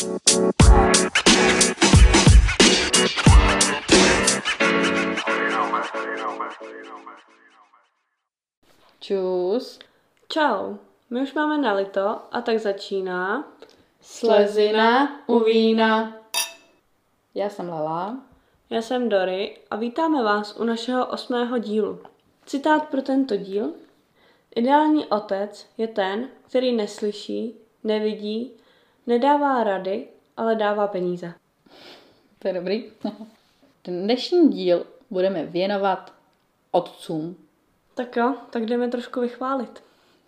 Čus. Čau, my už máme nalito a tak začíná Slezina u vína. Já jsem Lala. Já jsem Dory a vítáme vás u našeho 8. dílu. Citát pro tento díl. Ideální otec je ten, který neslyší, nevidí, nedává rady, ale dává peníze. To je dobrý. Ten dnešní díl budeme věnovat otcům. Tak jo, tak jdeme trošku vychválit.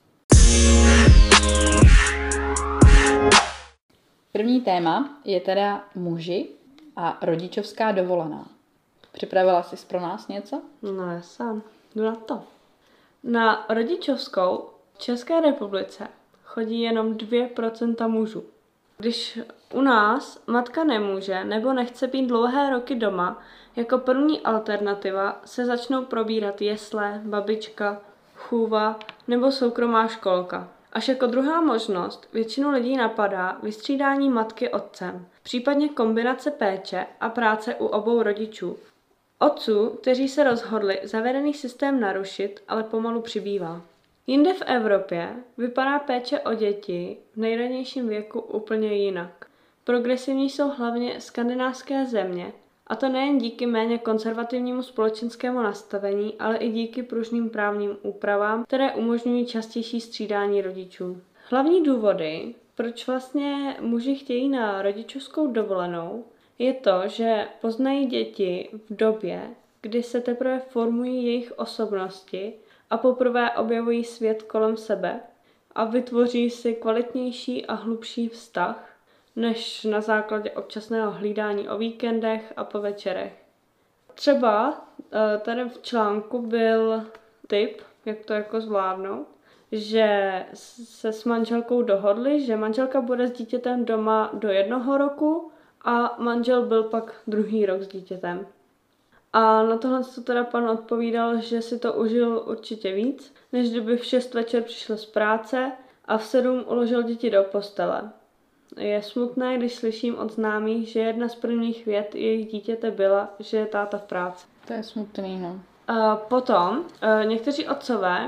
První téma je teda muži a rodičovská dovolená. Připravila jsi pro nás něco? No já sám, jdu na to. Na rodičovskou v České republice chodí jenom 2% mužů. Když u nás matka nemůže nebo nechce být dlouhé roky doma, jako první alternativa se začnou probírat jesle, babička, chůva nebo soukromá školka. Až jako druhá možnost většinu lidí napadá vystřídání matky otcem, případně kombinace péče a práce u obou rodičů. Otců, kteří se rozhodli zavedený systém narušit, ale pomalu přibývá. Jinde v Evropě vypadá péče o děti v nejranějším věku úplně jinak. Progresivní jsou hlavně skandinávské země, a to nejen díky méně konzervativnímu společenskému nastavení, ale i díky pružným právním úpravám, které umožňují častější střídání rodičů. Hlavní důvody, proč vlastně muži chtějí na rodičovskou dovolenou, je to, že poznají děti v době, kdy se teprve formují jejich osobnosti a poprvé objevují svět kolem sebe a vytvoří si kvalitnější a hlubší vztah, než na základě občasného hlídání o víkendech a po večerech. Třeba tady v článku byl tip, jak to jako zvládnout, že se s manželkou dohodli, že manželka bude s dítětem doma do 1 roku a manžel byl pak 2. rok s dítětem. A na tohle to teda pan odpovídal, že si to užil určitě víc, než kdyby v 6 večer přišel z práce a v 7 uložil děti do postele. Je smutné, když slyším od známých, že jedna z prvních vět jejich dítěte byla, že je táta v práci. To je smutný, no. Potom někteří otcové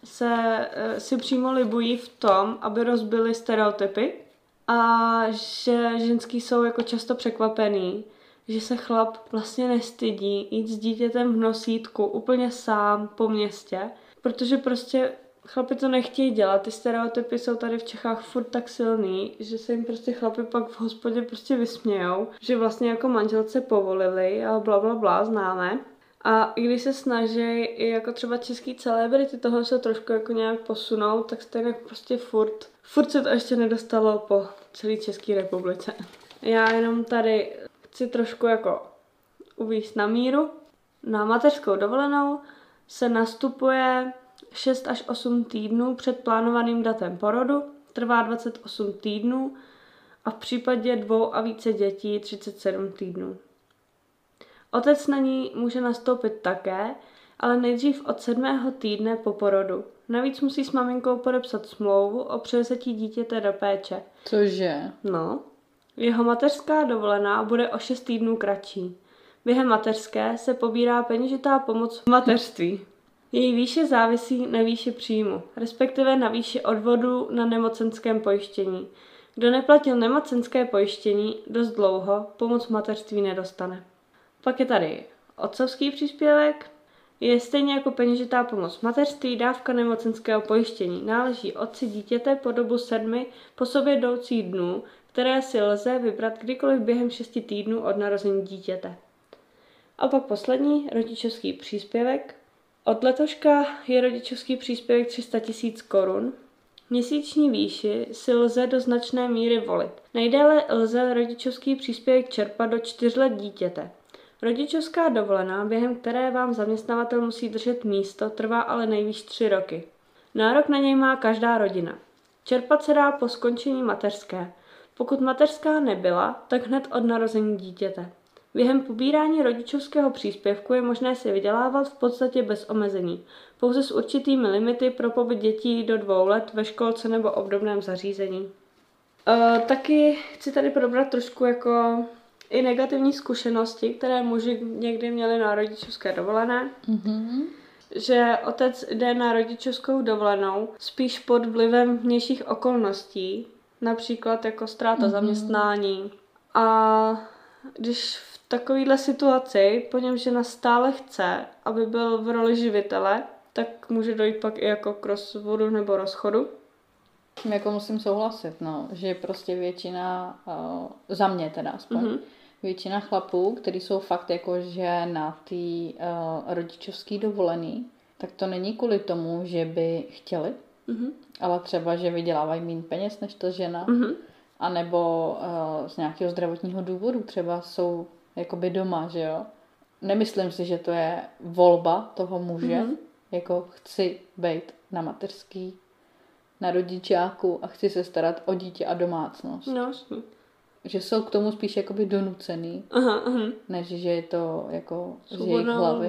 si přímo libují v tom, aby rozbili stereotypy a že ženský jsou jako často překvapený, že se chlap vlastně nestydí jít s dítětem v nosítku úplně sám po městě, protože prostě chlapi to nechtějí dělat. Ty stereotypy jsou tady v Čechách furt tak silný, že se jim prostě chlapi pak v hospodě prostě vysmějou, že vlastně jako manželce povolili a blablabla, známe. A i když se snaží i jako třeba český celebrity tohle se trošku jako nějak posunout, tak stejně prostě furt se to ještě nedostalo po celé České republice. Já jenom tady chci trošku jako uvést na míru. Na mateřskou dovolenou se nastupuje 6 až 8 týdnů před plánovaným datem porodu, trvá 28 týdnů a v případě 2 a více dětí 37 týdnů. Otec na ní může nastoupit také, ale nejdřív od 7. týdne po porodu. Navíc musí s maminkou podepsat smlouvu o převzetí dítěte do péče. Cože? No, jeho mateřská dovolená bude o 6 týdnů kratší. Během mateřské se pobírá peněžitá pomoc v mateřství. Její výše závisí na výši příjmu, respektive na výši odvodu na nemocenském pojištění. Kdo neplatil nemocenské pojištění dost dlouho, pomoc v mateřství nedostane. Pak je tady otcovský příspěvek. Je stejně jako peněžitá pomoc v mateřství dávka nemocenského pojištění. Náleží otci dítěte po dobu 7 po sobě jdoucích dnů, které si lze vybrat kdykoliv během 6 týdnů od narození dítěte. A pak poslední, rodičovský příspěvek. Od letoška je rodičovský příspěvek 300 000 korun. Měsíční výši si lze do značné míry volit. Nejdéle lze rodičovský příspěvek čerpat do 4 let dítěte. Rodičovská dovolená, během které vám zaměstnavatel musí držet místo, trvá ale nejvýš 3 roky. Nárok na něj má každá rodina. Čerpat se dá po skončení mateřské. Pokud mateřská nebyla, tak hned od narození dítěte. Během pobírání rodičovského příspěvku je možné si vydělávat v podstatě bez omezení, pouze s určitými limity pro pobyt dětí do 2 let ve školce nebo obdobném zařízení. Taky chci tady probrat trošku jako i negativní zkušenosti, které muži někdy měli na rodičovské dovolené. Že otec jde na rodičovskou dovolenou spíš pod vlivem vnějších okolností, například jako ztráta zaměstnání. A když v takovéhle situaci po něm žena stále chce, aby byl v roli živitele, tak může dojít pak i jako k rozvodu nebo rozchodu. Jako musím souhlasit, no, že prostě většina, za mě teda aspoň, většina chlapů, kteří jsou fakt jako, že na té rodičovské dovolený, tak to není kvůli tomu, že by chtěli, ale třeba, že vydělávají méně peněz než ta žena, anebo z nějakého zdravotního důvodu třeba jsou jakoby doma, že jo. Nemyslím si, že to je volba toho muže, jako chci být na mateřský, na rodičáku a chci se starat o dítě a domácnost. No, že jsou k tomu spíš jakoby donucený, než že je to jako z jejich hlavy.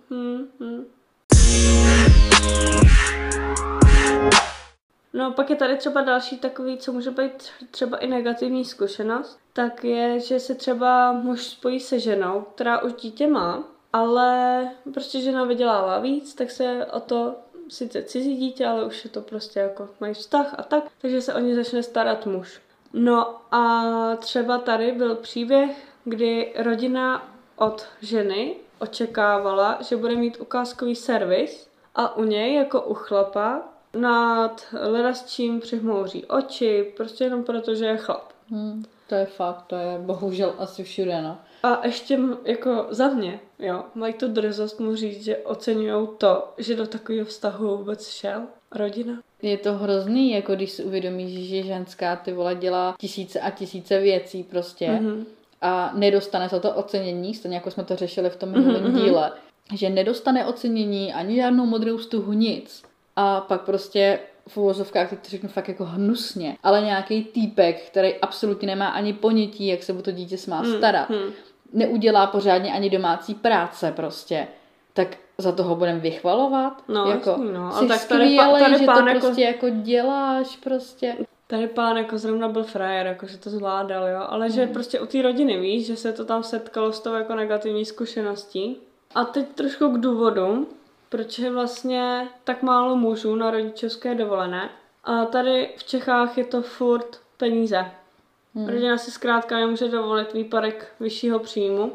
No pak je tady třeba další takový, co může být třeba i negativní zkušenost, tak je, že se třeba muž spojí se ženou, která už dítě má, ale prostě žena vydělává víc, tak se o to sice cizí dítě, ale už je to prostě jako mají vztah a tak, takže se o ně začne starat muž. No a třeba tady byl příběh, kdy rodina od ženy očekávala, že bude mít ukázkový servis a u něj, jako u chlapa, nad ledasčím přihmouří oči, prostě jenom proto, že je chlap. To je fakt, to je bohužel asi všude, no. A ještě jako za mě, jo, mají tu drzost mu říct, že oceňujou to, že do takového vztahu vůbec šel rodina. Je to hrozný, jako když si uvědomíš, že ženská ty vole dělá tisíce a tisíce věcí prostě a nedostane za to ocenění, stejně jako jsme to řešili v tom minulém díle, že nedostane ocenění ani žádnou modrou stuhu, nic. A pak prostě v uvozovkách, teď to řeknu fakt jako hnusně, ale nějaký týpek, který absolutně nemá ani ponětí, jak se o to dítě má starat, neudělá pořádně ani domácí práce prostě, tak za toho budeme vychvalovat. No, jako, jasný, no. Jsi tak skvělej, že to jako, prostě jako děláš prostě. Tady pán jako zrovna byl frajer, jako že to zvládal, jo, ale že prostě u té rodiny víš, že se to tam setkalo s tou jako negativní zkušeností. A teď trošku k důvodu, proč je vlastně tak málo mužů na rodičovské dovolené. A tady v Čechách je to furt peníze. Rodina si zkrátka nemůže dovolit výpadek vyššího příjmu.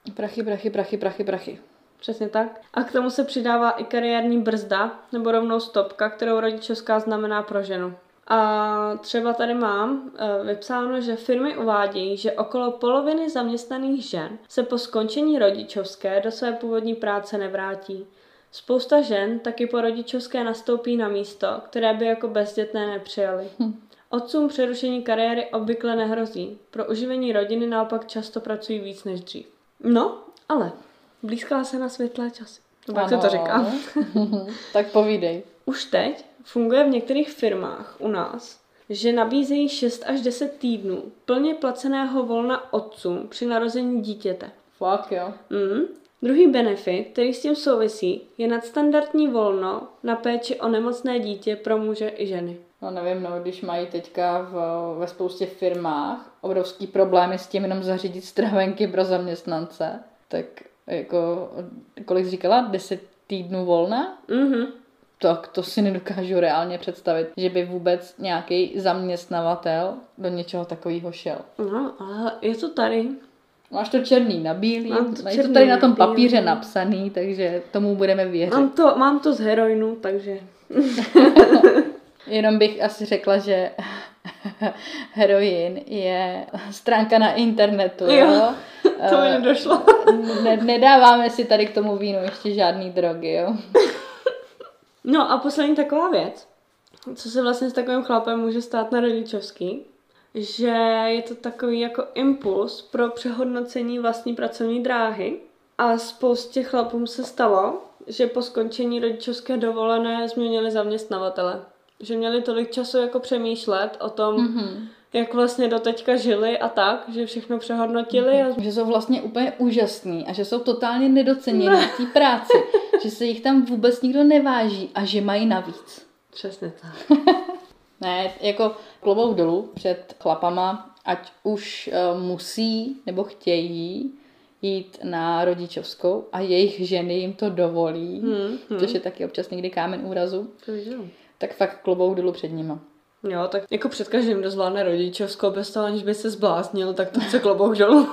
Prachy. Přesně tak. A k tomu se přidává i kariérní brzda, nebo rovnou stopka, kterou rodičovská znamená pro ženu. A třeba tady mám vypsáno, že firmy uvádějí, že okolo poloviny zaměstnaných žen se po skončení rodičovské do své původní práce nevrátí. Spousta žen taky po rodičovské nastoupí na místo, které by jako bezdětné nepřijali. Otcům přerušení kariéry obvykle nehrozí. Pro uživení rodiny naopak často pracují víc než dřív. No, ale blízká se na světlé časy. Tak se to říká. Tak povídej. Už teď funguje v některých firmách u nás, že nabízejí 6 až 10 týdnů plně placeného volna otcům při narození dítěte. Fakt jo. Druhý benefit, který s tím souvisí, je nadstandardní volno na péči o nemocné dítě pro muže i ženy. No nevím, no, když mají teďka ve spoustě firmách obrovský problémy s tím jenom zařídit stravenky pro zaměstnance, tak jako, kolik jsi říkala, 10 týdnů volna? Tak to si nedokážu reálně představit, že by vůbec nějaký zaměstnavatel do něčeho takového šel. No, ale je to tady. Máš to černý na bílý, je to tady na tom papíře napsaný, takže tomu budeme věřit. Mám to z heroinu, takže... Jenom bych asi řekla, že heroin je stránka na internetu, jo? To mi nedošlo. Nedáváme si tady k tomu vínu ještě žádný drogy, jo? No a poslední taková věc, co se vlastně s takovým chlapem může stát na rodičovský, že je to takový jako impuls pro přehodnocení vlastní pracovní dráhy a spoustě chlapům se stalo, že po skončení rodičovské dovolené změnili zaměstnavatele. Že měli tolik času jako přemýšlet o tom, jak vlastně doteďka žili a tak, že všechno přehodnotili. Že jsou vlastně úplně úžasní a že jsou totálně nedocenění v té práci, že se jich tam vůbec nikdo neváží a že mají navíc. Přesně tak. Ne, jako klobouk dolů před chlapama, ať už musí nebo chtějí jít na rodičovskou a jejich ženy jim to dovolí, což je taky občas někdy kámen úrazu, tak fakt klobouk dolů před nima. Jo, tak jako před každým, kdo zvládne rodičovskou bez toho, aniž by se zbláznil, tak to chce klobouk dolů.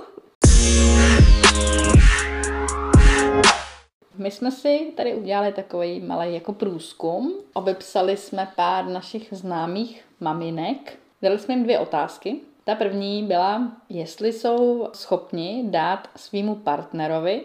My jsme si tady udělali takový malý jako průzkum. Obepsali jsme pár našich známých maminek. Dali jsme jim 2 otázky. Ta první byla, jestli jsou schopni dát svýmu partnerovi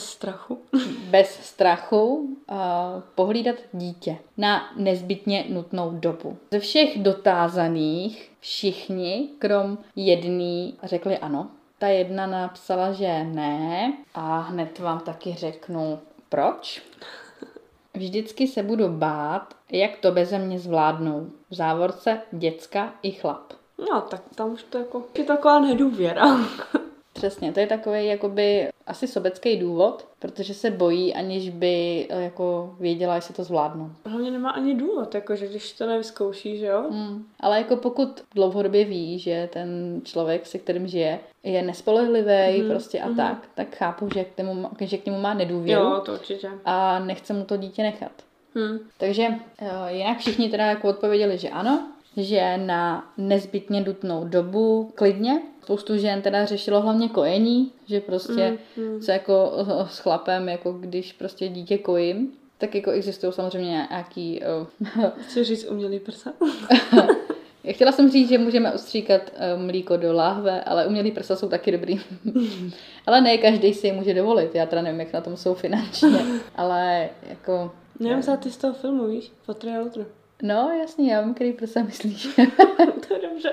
bez strachu pohlídat dítě na nezbytně nutnou dobu. Ze všech dotázaných všichni, krom jedné, řekli ano. Ta jedna napsala, že ne a hned vám taky řeknu, proč. Vždycky se budu bát, jak to beze mě zvládnou. V závorce děcka i chlap. No, tak tam už to jako je taková nedůvěra. Přesně, to je takový jakoby asi sobecký důvod, protože se bojí, aniž by jako věděla, jestli to zvládnou. Hlavně nemá ani důvod, jakože když to nevyzkouší, že jo? Ale jako pokud dlouhodobě ví, že ten člověk, se kterým žije, je nespolehlivý prostě a tak chápu, že k němu má nedůvěru. Jo, to určitě. A nechce mu to dítě nechat. Takže jinak všichni teda jako odpověděli, že ano, že na nezbytně nutnou dobu klidně. Spoustu žen teda řešilo hlavně kojení, že prostě co jako s chlapem, jako když prostě dítě kojím, tak jako existují samozřejmě nějaký... Chci říct umělý prsa? Chtěla jsem říct, že můžeme ostříkat mlíko do láhve, ale umělý prsa jsou taky dobrý. Ale ne každý si je může dovolit, já teda nevím, jak na tom jsou finančně, ale jako... Nevím, ty z toho filmu, víš? Fotry a outro. No, jasně, já vím, který prsa myslíš. To je dobře.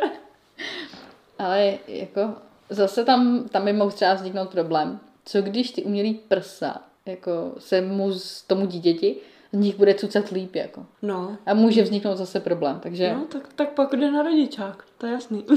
Ale jako zase tam by mohl třeba vzniknout problém. Co když ty umělý prsa jako se tomu dítěti z nich bude cucat líp, jako. No. A může vzniknout zase problém, takže... No, tak pak jde na rodičák, to je jasný.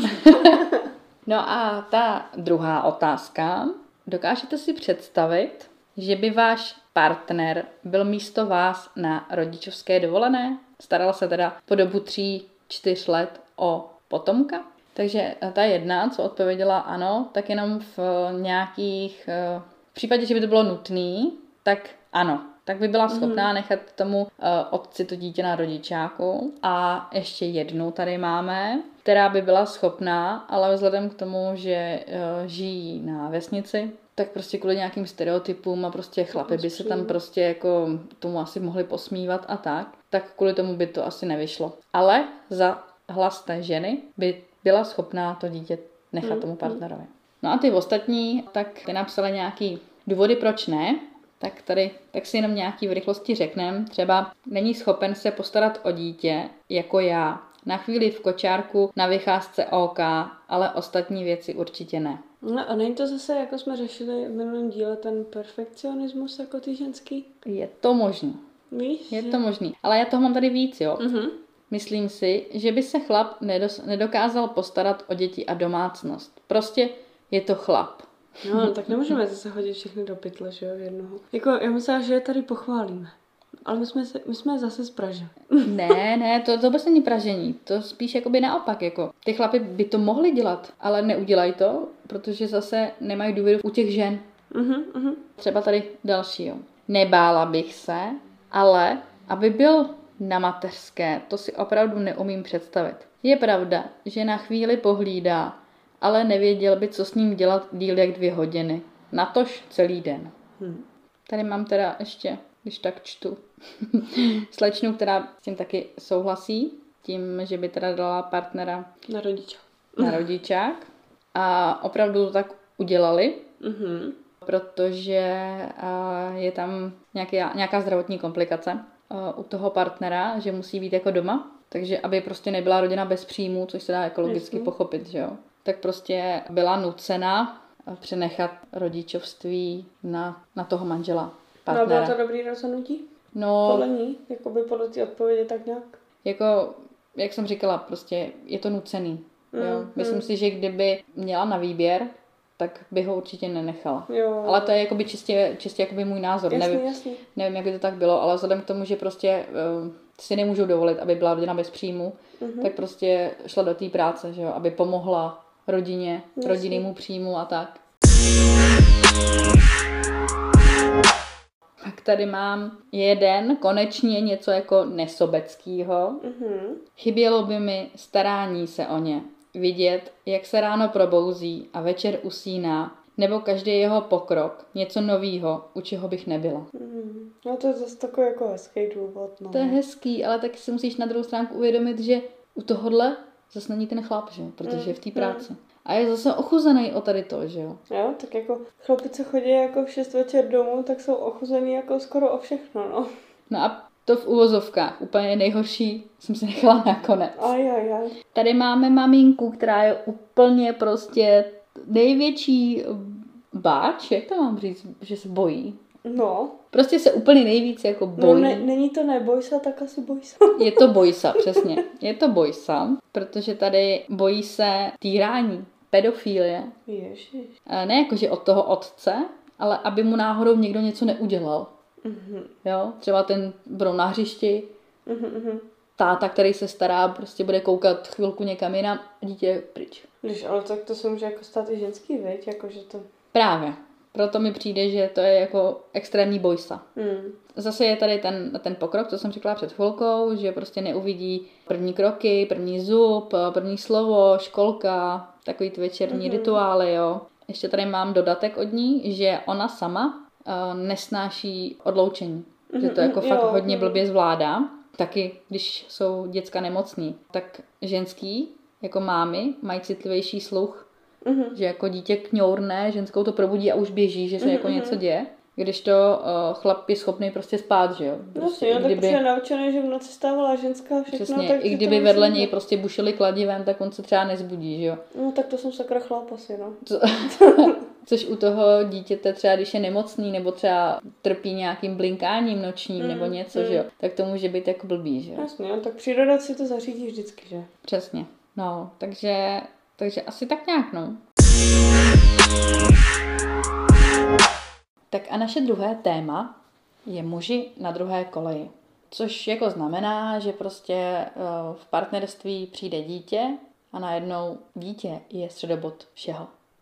No a ta druhá otázka. Dokážete si představit, že by váš partner byl místo vás na rodičovské dovolené? Staral se teda po dobu 3-4 let o potomka? Takže ta jedna, co odpověděla ano, tak jenom v nějakých... V případě, že by to bylo nutné, tak ano. Tak by byla schopná nechat tomu otci to dítě na rodičáku. A ještě jednu tady máme, která by byla schopná, ale vzhledem k tomu, že žijí na vesnici, tak prostě kvůli nějakým stereotypům a prostě chlapi by se tam prostě jako tomu asi mohli posmívat a tak kvůli tomu by to asi nevyšlo. Ale za hlas té ženy by byla schopná to dítě nechat tomu partnerovi. No a ty ostatní, tak ty napsali nějaký důvody, proč ne. Tak si jenom nějaký v rychlosti řeknem. Třeba není schopen se postarat o dítě jako já. Na chvíli v kočárku, na vycházce OK, ale ostatní věci určitě ne. No a není to zase, jako jsme řešili v minulém díle, ten perfekcionismus jako ty ženský? Je to možný. Víš? Je to možný. Ale já toho mám tady víc, jo. Myslím si, že by se chlap nedokázal postarat o děti a domácnost. Prostě je to chlap. No, tak nemůžeme zase hodit všechny do pytle, že jo, jednoho. Jako, já myslím, že je tady pochválíme. Ale my jsme zase z Praže. Ne, to vůbec není pražení. To spíš jakoby naopak, jako. Ty chlapi by to mohli dělat, ale neudělají to, protože zase nemají důvěru u těch žen. Třeba tady další, jo. Nebála bych se, ale aby byl na mateřské, to si opravdu neumím představit. Je pravda, že na chvíli pohlídá, ale nevěděl by, co s ním dělat díl jak 2 hodiny. Natož celý den. Tady mám teda ještě, když tak čtu, slečnu, která s tím taky souhlasí, tím, že by teda dala partnera na rodičák. A opravdu tak udělali, protože je tam nějaká zdravotní komplikace u toho partnera, že musí být jako doma. Takže aby prostě nebyla rodina bez příjmu, což se dá jako logicky pochopit, že jo. Tak prostě byla nucena přenechat rodičovství na toho manžela, partnera. No, bylo to dobrý rozhodnutí? No, podle ní? Jakoby podle té odpovědi tak nějak? Jako, jak jsem říkala, prostě je to nucený. Jo. Myslím si, že kdyby měla na výběr, tak by ho určitě nenechala. Jo. Ale to je jakoby čistě jakoby můj názor. Jasný. Nevím, jak by to tak bylo, ale vzhledem k tomu, že prostě si nemůžou dovolit, aby byla rodina bez příjmu, tak prostě šla do té práce, že jo, aby pomohla rodině, rodinnému příjmu a tak. Pak tady mám jeden, konečně něco jako nesobeckýho. Chybělo by mi starání se o ně. Vidět, jak se ráno probouzí a večer usíná, nebo každý jeho pokrok, něco novýho, u čeho bych nebyla. No to je zase takový jako hezký důvod. No. To je hezký, ale taky si musíš na druhou stránku uvědomit, že u tohohle zase není ten chlap, že? Protože je v té práci. A je zase ochuzený o tady to, že jo? Jo, tak jako chlapi, co chodí jako v 6 večer domů, tak jsou ochuzený jako skoro o všechno, no. No a to v uvozovkách. Úplně nejhorší jsem si nechala nakonec. Ajajaj. Tady máme maminku, která je úplně prostě největší báč, jak to mám říct, že se bojí. No. Prostě se úplně nejvíc jako bojí. No není to nebojsa, tak asi bojsa. Je to bojsa, přesně. Je to bojsa, protože tady bojí se týrání, pedofilie. Ježiš. Ne jakože od toho otce, ale aby mu náhodou někdo něco neudělal. Jo, třeba ten budou na hřišti, táta, který se stará, prostě bude koukat chvilku někam jinam, dítě pryč. Ale tak to se může jako stát i ženský, viď? Jakože to... Právě. Proto mi přijde, že to je jako extrémní bojsa. Zase je tady ten pokrok, co jsem říkala před chvilkou, že prostě neuvidí první kroky, první zub, první slovo, školka, takový ty večerní rituály, jo. Ještě tady mám dodatek od ní, že ona sama nesnáší odloučení. Že to jako fakt hodně blbě zvládá. Taky, když jsou děcka nemocný, tak ženský, jako mámy, mají citlivější sluch, že jako dítě kňourne, ženskou to probudí a už běží, že se jako něco děje. Když to chlap je schopný prostě spát, že jo. Prostě, no, tak protože je naučený, že v noci stávala ženská všechno. Přesně, tak i kdyby vedle něj prostě bušili kladivem, tak on se třeba nezbudí, že jo. No tak to jsem sakra chlap asi, no. Což u toho dítěte třeba, když je nemocný, nebo třeba trpí nějakým blinkáním nočním, nebo něco, že jo, tak to může být jako blbý, že jo. Jasně, no, tak příroda si to zařídí vždycky, že? Přesně, no, takže asi tak nějak, no. Tak a naše druhé téma je muži na druhé koleji. Což jako znamená, že prostě v partnerství přijde dítě a najednou dítě je středobod všeho.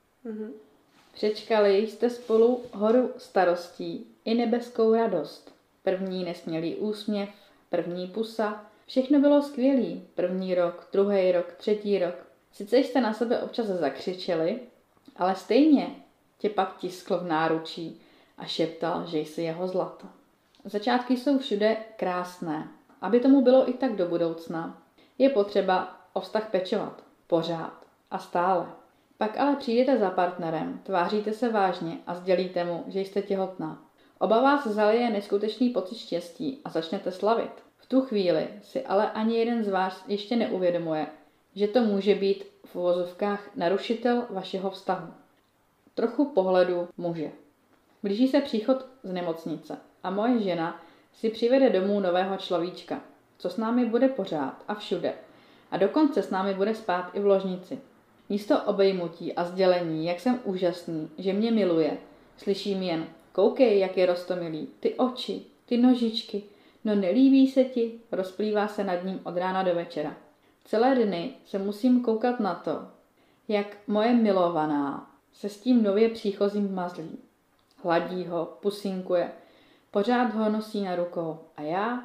Přečkali jste spolu horu starostí i nebeskou radost. První nesmělý úsměv, první pusa, všechno bylo skvělý. První rok, druhý rok, třetí rok. Sice jste na sebe občas zakřičeli, ale stejně tě pak tiskl v náručí a šeptal, že jsi jeho zlato. Začátky jsou všude krásné. Aby tomu bylo i tak do budoucna, je potřeba o vztah pečovat. Pořád a stále. Pak ale přijdete za partnerem, tváříte se vážně a sdělíte mu, že jste těhotná. Oba vás zalije neskutečný pocit štěstí a začnete slavit. V tu chvíli si ale ani jeden z vás ještě neuvědomuje, že to může být v uvozovkách narušitel vašeho vztahu. Trochu pohledu muže. Blíží se příchod z nemocnice a moje žena si přivede domů nového človíčka, co s námi bude pořád a všude. A dokonce s námi bude spát i v ložnici. Místo obejmutí a sdělení, jak jsem úžasný, že mě miluje, slyším jen: koukej, jak je roztomilý, ty oči, ty nožičky, no nelíbí se ti, rozplývá se nad ním od rána do večera. Celé dny se musím koukat na to, jak moje milovaná se s tím nově příchozím mazlí. Hladí ho, pusinkuje, pořád ho nosí na rukou a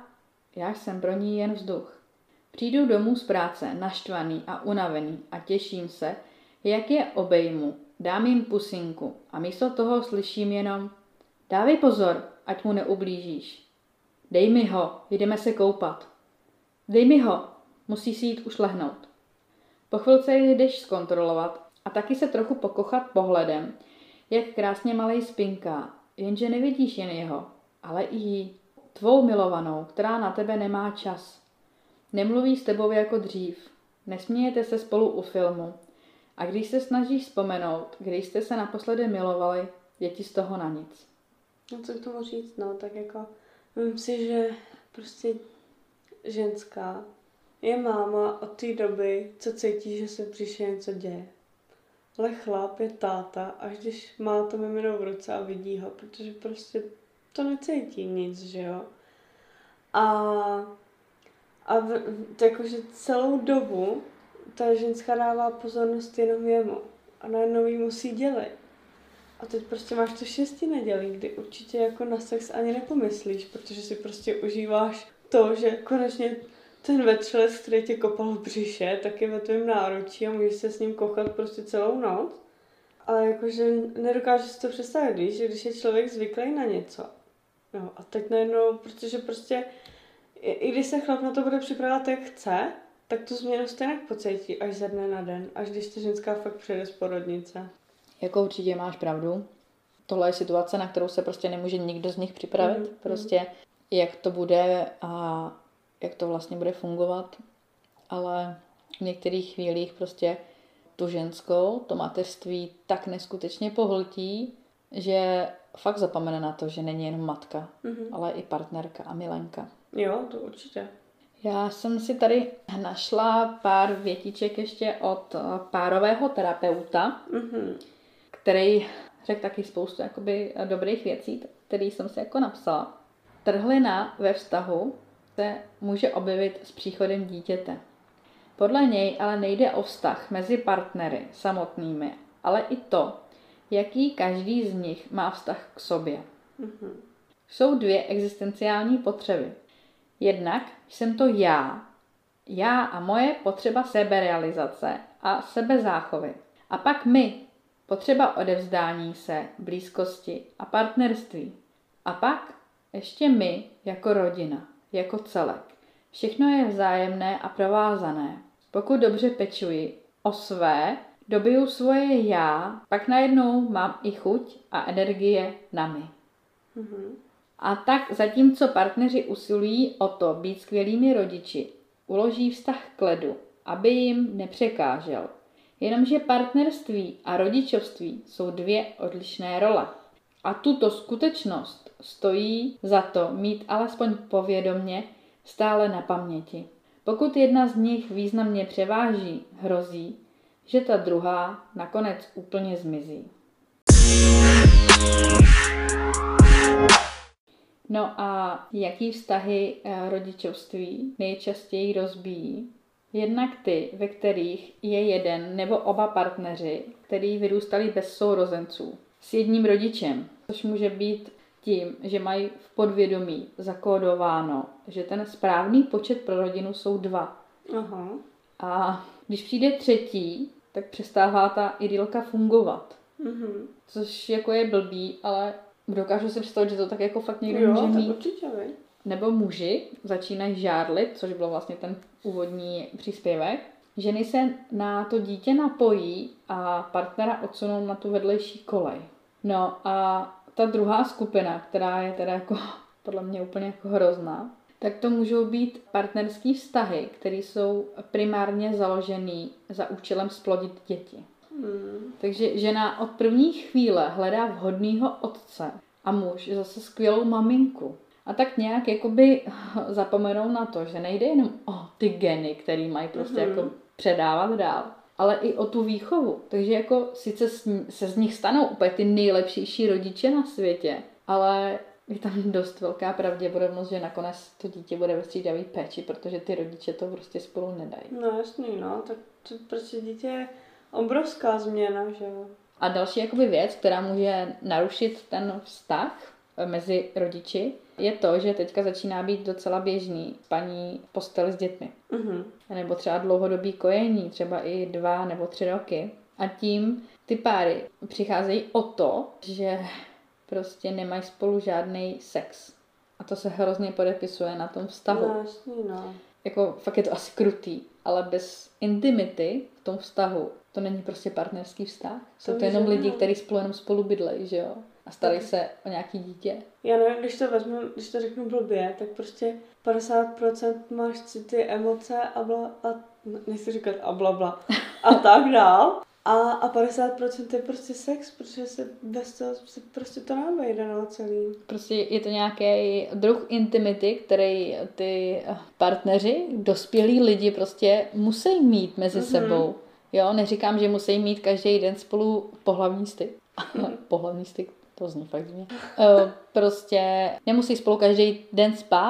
já jsem pro ní jen vzduch. Přijdu domů z práce naštvaný a unavený a těším se, jak je obejmu, dám jim pusinku a místo toho slyším jenom: dávej pozor, ať mu neublížíš. Dej mi ho, jdeme se koupat. Dej mi ho, musí si jít už lehnout. Po chvilce jdeš zkontrolovat a taky se trochu pokochat pohledem, jak krásně malej spinká, jenže nevidíš jen jeho, ale i jí, tvou milovanou, která na tebe nemá čas. Nemluví s tebou jako dřív, nesmějete se spolu u filmu a když se snažíš vzpomenout, když jste se naposledy milovali, je ti z toho na nic. No co k tomu říct, no, tak jako myslím si, že prostě ženská je máma od té doby, co cítí, že se příště něco děje. Ale chlap je táta, až když má to mimino v ruce a vidí ho, protože prostě to necítí nic, že jo. A A jakože celou dobu ta ženská dává pozornost jenom jemu. A najednou jí musí dělit. A teď prostě máš to 6 nedělí, kdy určitě jako na sex ani nepomyslíš, protože si prostě užíváš to, že konečně ten vetřelec, který tě kopal v břiše, tak je ve tvém náručí a můžeš se s ním kochat prostě celou noc. Ale jakože nedokážu si to představit, víš, že když je člověk zvyklý na něco. No a teď najednou, protože prostě i když se chlap na to bude připravovat jak chce, tak tu změnu stejně pocítí až ze dne na den, až když ta ženská fakt přijde z porodnice. Jako určitě máš pravdu. Tohle je situace, na kterou se prostě nemůže nikdo z nich připravit. Prostě jak to bude a jak to vlastně bude fungovat. Ale v některých chvílích prostě tu ženskou, to mateřství tak neskutečně pohltí, že fakt zapomene na to, že není jenom matka, ale i partnerka a milenka. Jo, to určitě. Já jsem si tady našla pár větiček ještě od párového terapeuta, který řekl taky spoustu jakoby dobrých věcí, které jsem si jako napsala. Trhlina ve vztahu se může objevit s příchodem dítěte. Podle něj ale nejde o vztah mezi partnery samotnými, ale i to, jaký každý z nich má vztah k sobě. Jsou 2 existenciální potřeby. Jednak jsem to já a moje potřeba seberealizace a sebezáchovy. A pak my, potřeba odevzdání se, blízkosti a partnerství. A pak ještě my jako rodina, jako celek. Všechno je vzájemné a provázané. Pokud dobře pečuji o své, dobiju svoje já, pak najednou mám i chuť a energie na my. A tak zatímco partneři usilují o to být skvělými rodiči, uloží vztah k ledu, aby jim nepřekážel. Jenomže partnerství a rodičovství jsou 2 odlišné role. A tuto skutečnost stojí za to mít alespoň povědomě stále na paměti. Pokud jedna z nich významně převáží, hrozí, že ta druhá nakonec úplně zmizí. No a jaký vztahy rodičovství nejčastěji rozbíjí? Jednak ty, ve kterých je jeden nebo oba partneři, kteří vyrůstali bez sourozenců, s jedním rodičem, což může být tím, že mají v podvědomí zakódováno, že ten správný počet pro rodinu jsou 2. Aha. A když přijde třetí, tak přestává ta idylka fungovat. Což jako je blbý, ale dokážu si představit, že to tak jako fakt někdo může mít. Určitě, Nebo muži začínají žárlit, což byl vlastně ten úvodní příspěvek. Ženy se na to dítě napojí a partnera odsunou na tu vedlejší kolej. No a ta druhá skupina, která je teda jako podle mě úplně jako hrozná, tak to můžou být partnerský vztahy, které jsou primárně založený za účelem splodit děti. Takže žena od první chvíle hledá vhodného otce a muž zase skvělou maminku. A tak nějak jakoby zapomenou na to, že nejde jenom o ty geny, který mají prostě jako předávat dál, ale i o tu výchovu. Takže jako sice se z nich stanou úplně ty nejlepšější rodiče na světě, ale je tam dost velká pravděpodobnost, že nakonec to dítě bude ve střídavé péči, protože ty rodiče to prostě spolu nedají. No jasný, no, tak to prostě dítě je obrovská změna, že jo. A další jakoby věc, která může narušit ten vztah mezi rodiči, je to, že teďka začíná být docela běžný spaní v posteli s dětmi. Nebo třeba dlouhodobý kojení, třeba i 2 nebo 3 roky. A tím ty páry přicházejí o to, že prostě nemají spolu žádný sex. A to se hrozně podepisuje na tom vztahu. No, jasný, no. Jako fakt je to asi krutý, ale bez intimity v tom vztahu to není prostě partnerský vztah. Jsou to jenom lidi, kteří spolu bydlejí, že jo? A starají se o nějaký dítě. Já nevím, když to řeknu blbě, tak prostě 50% máš city, emoce nechci říkat a blabla a tak dál. A 50% je prostě sex, protože se bez toho se prostě to nevejde na celý. Prostě je to nějaký druh intimity, který ty partneři, dospělí lidi prostě musí mít mezi sebou. Jo, neříkám, že musí mít každý den spolu pohlavní styk. Pohlavní styk, to zní fakt divně. Prostě nemusí spolu každý den spát,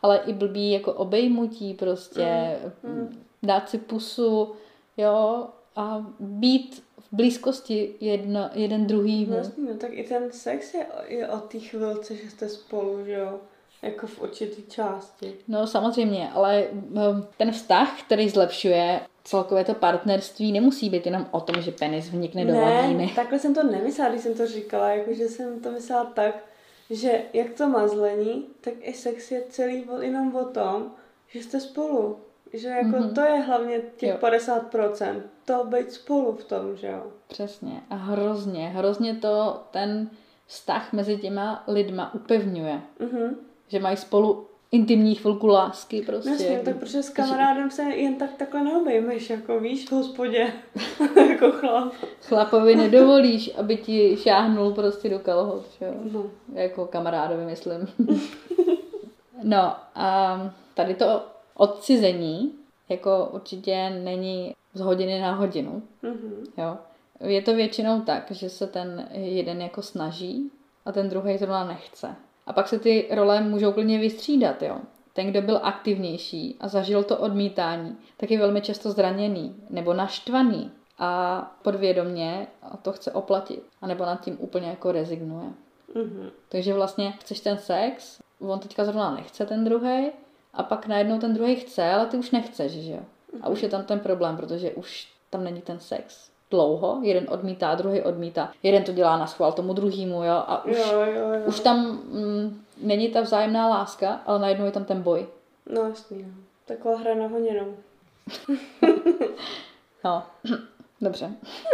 ale i blbý jako obejmutí prostě, dát si pusu, jo, a být v blízkosti jeden druhýmu. Vlastně, no, tak i ten sex je o té chvilce, že jste spolu, že jo, jako v určitý části. No samozřejmě, ale ten vztah, který zlepšuje celkové to partnerství, nemusí být jenom o tom, že penis vnikne do vagíny. Ne, takhle jsem to nemyslela, když jsem to říkala, jakože jsem to myslela tak, že jak to mazlení, tak i sex je celý jenom o tom, že jste spolu. Že jako to je hlavně těch 50%. To být spolu v tom, že jo. Přesně. A hrozně to ten vztah mezi těma lidma upevňuje. Že mají spolu intimní chvilku lásky prostě. Jasně, tak protože s kamarádem se jen takhle neobejmeš, jako víš, v hospodě, jako chlap. Chlapovi nedovolíš, aby ti šáhnul prostě do kalhot, jo. No. Jako kamarádovi, myslím. No a tady to odcizení jako určitě není z hodiny na hodinu. Jo. Je to většinou tak, že se ten jeden jako snaží a ten druhý zrovna nechce. A pak se ty role můžou klidně vystřídat, jo. Ten, kdo byl aktivnější a zažil to odmítání, tak je velmi často zraněný nebo naštvaný a podvědomě to chce oplatit. A nebo nad tím úplně jako rezignuje. Takže vlastně chceš ten sex, on teďka zrovna nechce ten druhý, a pak najednou ten druhý chce, ale ty už nechceš, že jo. A už je tam ten problém, protože už tam není ten sex. Dlouho, jeden odmítá, druhý odmítá. Jeden to dělá na schvál tomu druhému, jo. A už tam není ta vzájemná láska, ale najednou je tam ten boj. No jasný, no. Taková hra na honěnou. No, dobře.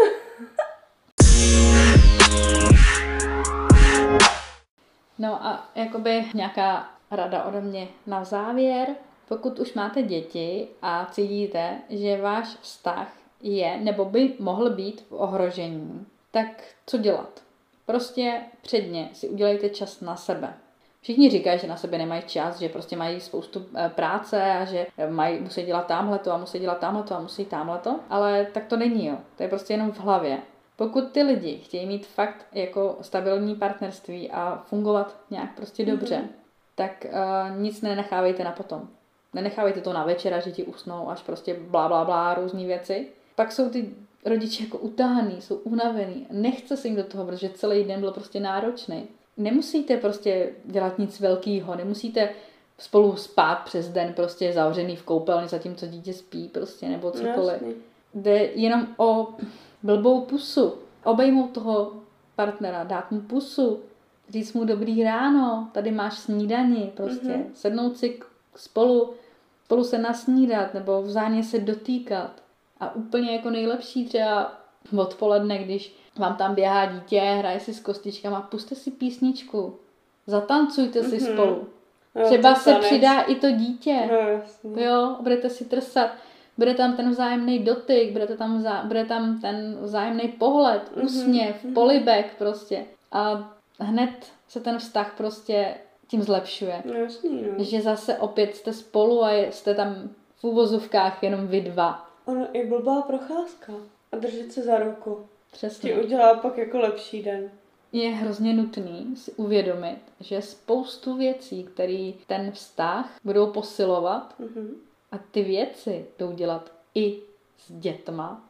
No a jakoby nějaká rada ode mě na závěr. Pokud už máte děti a cítíte, že váš vztah je nebo by mohl být v ohrožení, tak co dělat? Prostě předně si udělejte čas na sebe. Všichni říkají, že na sebe nemají čas, že prostě mají spoustu práce a že musí dělat támhleto a musí dělat támhleto a musí támhleto, ale tak to není, jo. To je prostě jenom v hlavě. Pokud ty lidi chtějí mít fakt jako stabilní partnerství a fungovat nějak prostě dobře, tak nic nenechávejte na potom. Nenechávejte to na večera, že ti usnou až prostě blá, blá, blá, různý věci. Pak jsou ty rodiče jako utahaný, jsou unavený. Nechce se jim do toho, protože celý den byl prostě náročný. Nemusíte prostě dělat nic velkýho, nemusíte spolu spát přes den prostě zavřený v koupelně, zatímco dítě spí prostě, nebo cokoliv. Jde jenom o blbou pusu. Obejmout toho partnera, dát mu pusu, říct mu dobrý ráno, tady máš snídani, prostě sednout si spolu se nasnídat nebo vzájemně se dotýkat. A úplně jako nejlepší třeba odpoledne, když vám tam běhá dítě, hraje si s kostičkama, puste si písničku, zatancujte si spolu. Jo, třeba se přidá i to dítě. No, jo, budete si trsat. Bude tam ten vzájemný dotyk, bude tam ten vzájemný pohled, úsměv, polibek prostě. A hned se ten vztah prostě tím zlepšuje. Jasný, no. Že zase opět jste spolu a jste tam v uvozovkách jenom vy dva. Ono i blbá procházka a držet se za ruku. Přesně. Ti udělá pak jako lepší den. Je hrozně nutný si uvědomit, že spoustu věcí, které ten vztah budou posilovat a ty věci jdou dělat i s dětma,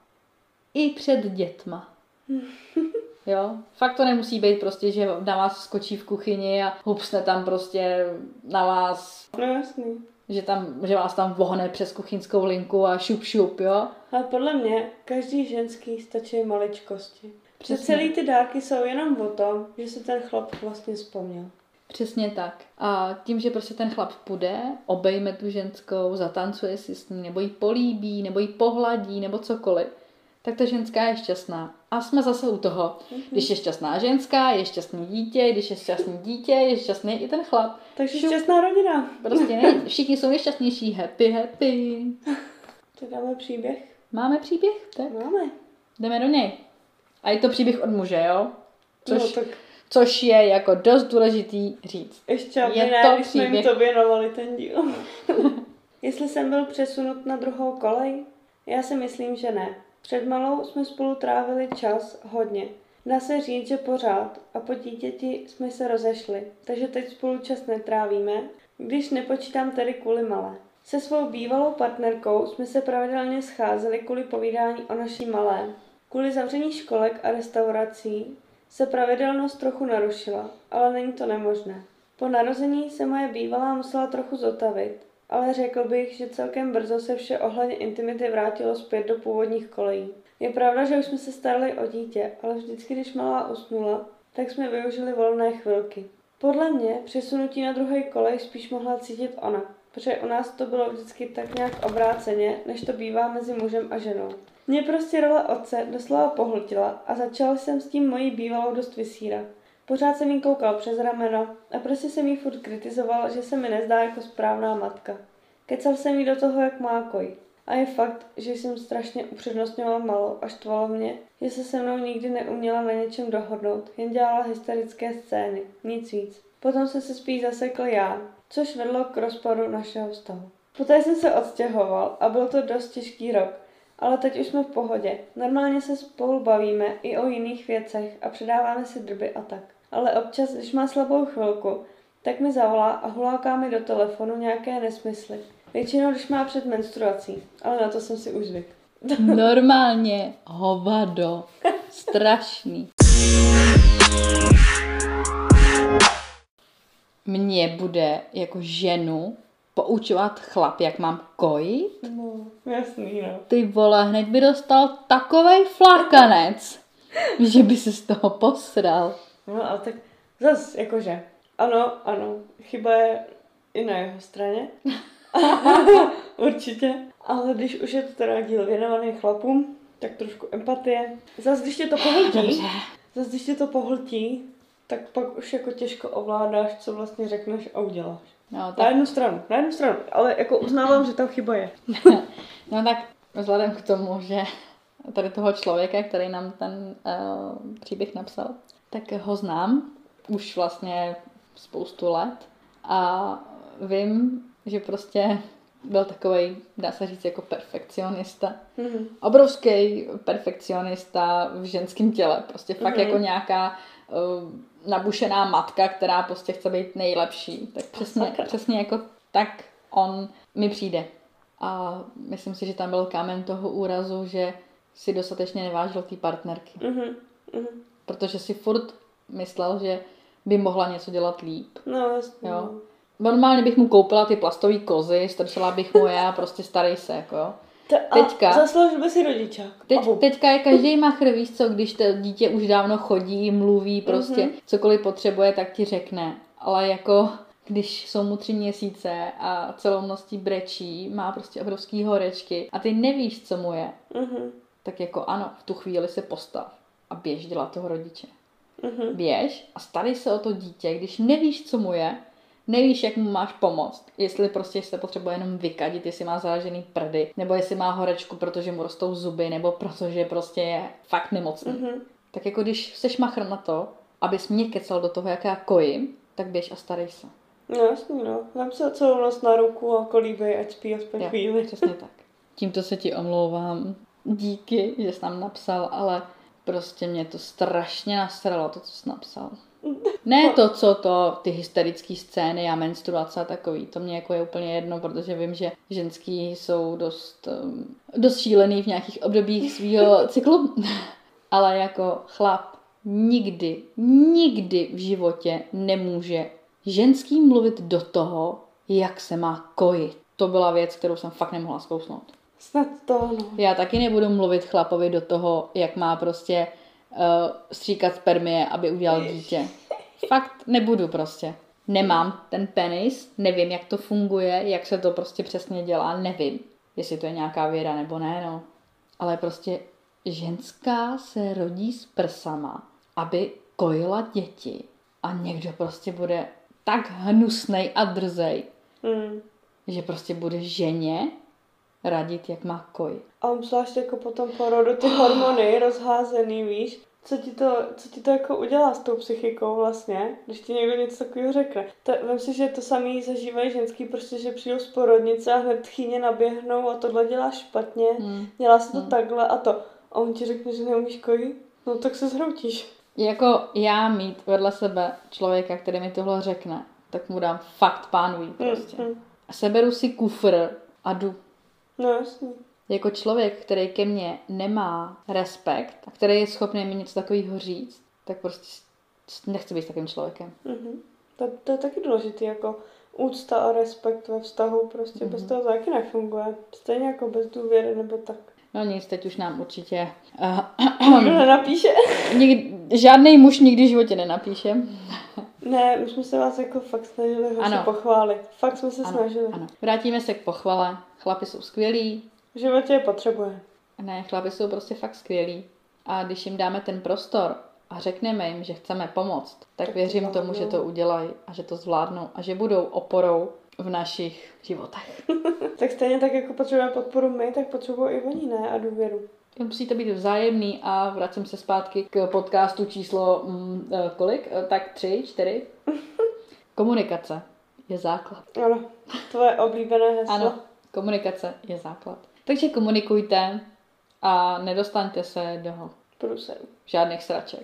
i před dětma. Jo? Fakt to nemusí být prostě, že na vás skočí v kuchyni a hupsne tam prostě na vás. No jasný. Že vás tam vohne přes kuchyňskou linku a šup, jo? Ale podle mě každý ženský stačí maličkosti. Přesně. Celý ty dárky jsou jenom o tom, že se ten chlap vlastně vzpomněl. Přesně tak. A tím, že prostě ten chlap půjde, obejme tu ženskou, zatancuje si s ní, nebo jí políbí, nebo jí pohladí, nebo cokoliv, tak ta ženská je šťastná. A jsme zase u toho. Když je šťastná ženská, je šťastný dítě, když je šťastný dítě, je šťastný i ten chlap. Takže šťastná rodina. Prostě ne, všichni jsou nejšťastnější. Happy, happy. Tak dáme příběh. Máme příběh? Tak. Máme. Jdeme do něj. A je to příběh od muže, jo? Tak. Což je jako dost důležitý říct. Ještě aby ne, když jsme jim to věnovali ten díl. Jestli jsem byl přesunut na druhou kolej? Já si myslím, že ne. Před malou jsme spolu trávili čas hodně. Dá se říct, že pořád a po dítěti jsme se rozešli. Takže teď spolu čas netrávíme. když nepočítám tedy kvůli malé. Se svou bývalou partnerkou jsme se pravidelně scházeli kvůli povídání o naší malé. Kvůli zavření školek a restaurací se pravidelnost trochu narušila, ale není to nemožné. Po narození se moje bývalá musela trochu zotavit, ale řekl bych, že celkem brzo se vše ohledně intimity vrátilo zpět do původních kolejí. Je pravda, že už jsme se starali o dítě, ale vždycky, když malá usnula, tak jsme využili volné chvilky. Podle mě přesunutí na druhý kolej spíš mohla cítit ona, protože u nás to bylo vždycky tak nějak obráceně, než to bývá mezi mužem a ženou. Mě prostě role otce doslova pohltila a začal jsem s tím mojí bývalou dost vysírat. Pořád jsem jí koukal přes rameno a prostě jsem jí furt kritizoval, že se mi nezdá jako správná matka. Kecal jsem jí do toho, jak má koj. A je fakt, že jsem strašně upřednostňovala malou a štvalo mě, že se se mnou nikdy neuměla na něčem dohodnout, jen dělala hysterické scény, nic víc. Potom jsem se spíš zasekl já, což vedlo k rozpadu našeho vztahu. Poté jsem se odstěhoval a byl to dost těžký rok, ale teď už jsme v pohodě. Normálně se spolu bavíme i o jiných věcech a předáváme si drby a tak. Ale občas, když má slabou chvilku, tak mi zavolá a huláká mi do telefonu nějaké nesmysly. Většinou, když má před menstruací, ale na to jsem si už zvyk. Normálně hovado. Strašný. Mě bude jako ženu poučovat chlap, jak mám kojit? No, jasný, no. Ty vole, hned by dostal takovej flákanec, že by se z toho posral. No, ale tak zas, jakože, ano, chyba je i na jeho straně. Určitě. Ale když už je to teda díl věnovaný chlapům, tak trošku empatie. Zas, když tě to pohltí, tak pak už jako těžko ovládáš, co vlastně řekneš a uděláš. No, tak... Na jednu stranu, ale jako uznávám, že tam chyba je. No tak vzhledem k tomu, že tady toho člověka, který nám ten příběh napsal, tak ho znám už vlastně spoustu let a vím, že prostě byl takovej, dá se říct, jako perfekcionista. Mm-hmm. Obrovský perfekcionista v ženském těle. Prostě fakt jako nějaká nabušená matka, která prostě chce být nejlepší. Tak přesně jako tak on mi přijde. A myslím si, že tam byl kámen toho úrazu, že si dostatečně nevážil té partnerky. Mm-hmm. Protože si furt myslel, že by mohla něco dělat líp. No, jasně. Jo. Normálně bych mu koupila ty plastové kozy, strčila bych mu je a prostě starej se, jako. Teďka zasloužil by si rodičák. Teďka je každý machr, víš co, když to dítě už dávno chodí, mluví, prostě cokoliv potřebuje, tak ti řekne. Ale jako, když jsou mu 3 měsíce a celou nocí brečí, má prostě obrovský horečky a ty nevíš, co mu je, tak jako ano, v tu chvíli se postav a běž dělat toho rodiče. Běž a starej se o to dítě, když nevíš, co mu je, nevíš, jak mu máš pomoct. Jestli prostě se potřebuje jenom vykadit, jestli má zaražený prdy, nebo jestli má horečku, protože mu rostou zuby, nebo protože prostě je fakt nemocný. Tak jako když seš machr na to, abys mě kecal do toho, jak já kojím, tak běž a starej se. No jasný, no. Dám se celou noc na ruku a kolíbej, ať spí aspoň chvíli. Přesně tak. Tímto se ti omlouvám. Díky, že jsi nám napsal, ale prostě mě to strašně nasralo, to, co jsi napsal. Ne to, co to, ty hysterické scény a menstruace a takový, to mě jako je úplně jedno, protože vím, že ženský jsou dost šílený v nějakých obdobích svýho cyklu, ale jako chlap nikdy v životě nemůže ženský mluvit do toho, jak se má kojit. To byla věc, kterou jsem fakt nemohla zkousnout. Snad to, no. Já taky nebudu mluvit chlapovi do toho, jak má prostě stříkat spermie, aby udělal dítě. Fakt nebudu prostě. Nemám ten penis, nevím, jak to funguje, jak se to prostě přesně dělá, nevím, jestli to je nějaká věda nebo ne, no. Ale prostě ženská se rodí s prsama, aby kojila děti a někdo prostě bude tak hnusnej a drzej, že prostě bude ženě radit, jak má kojit. A obzvlášť jako potom porodu ty hormony rozházený, víš? Co ti to jako udělá s tou psychikou vlastně, když ti někdo něco takového řekne. Vem si, že to samý zažívají ženský, prostě, že přijdou z porodnice a hned tchýně naběhnou a tohle děláš špatně, dělá se to takhle a to. A on ti řekne, že neumíš kojit, no tak se zhroutíš. Jako já mít vedle sebe člověka, který mi tohle řekne, tak mu dám fakt pánví prostě. A seberu si kufr a jdu. No jasně. Jako člověk, který ke mně nemá respekt a který je schopný mi něco takového říct, tak prostě nechci být s takovým člověkem. To je taky důležitý, jako úcta a respekt ve vztahu, prostě bez toho taky nefunguje. Stejně jako bez důvěry nebo tak. No nic, teď už nám určitě... Nikdo nenapíše. Žádný muž nikdy v životě nenapíše. Ne, my jsme se vás jako fakt snažili pochválit. Fakt jsme se snažili. Ano. Vrátíme se k pochvale. Chlapi jsou skvělí. V životě je potřebuje. Ne, chlapi jsou prostě fakt skvělí. A když jim dáme ten prostor a řekneme jim, že chceme pomoct, tak věřím tomu, že to udělají a že to zvládnou a že budou oporou v našich životech. Tak stejně tak, jako potřebujeme podporu my, tak potřebují i oni, ne? A důvěru. Musí to být vzájemný a vracím se zpátky k podcastu číslo kolik? Tak 3, 4. Komunikace je základ. Ano, tvoje oblíbené heslo. Ano, komunikace je základ. Takže komunikujte a nedostaňte se do průseru. Žádných sraček.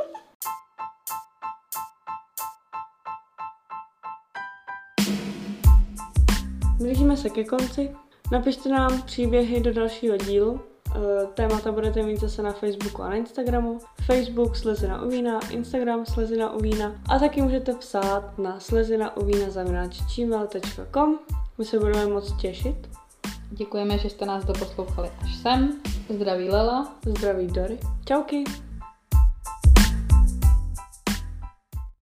Blížíme se ke konci. Napište nám příběhy do dalšího dílu. Témata budete mít zase na Facebooku a na Instagramu. Facebook Slezina u vína, Instagram Slezina u vína a taky můžete psát na slezinauvina@gmail.com. My se budeme moc těšit. Děkujeme, že jste nás doposlouchali až sem. Zdraví Lela. Zdraví Dory. Čauky.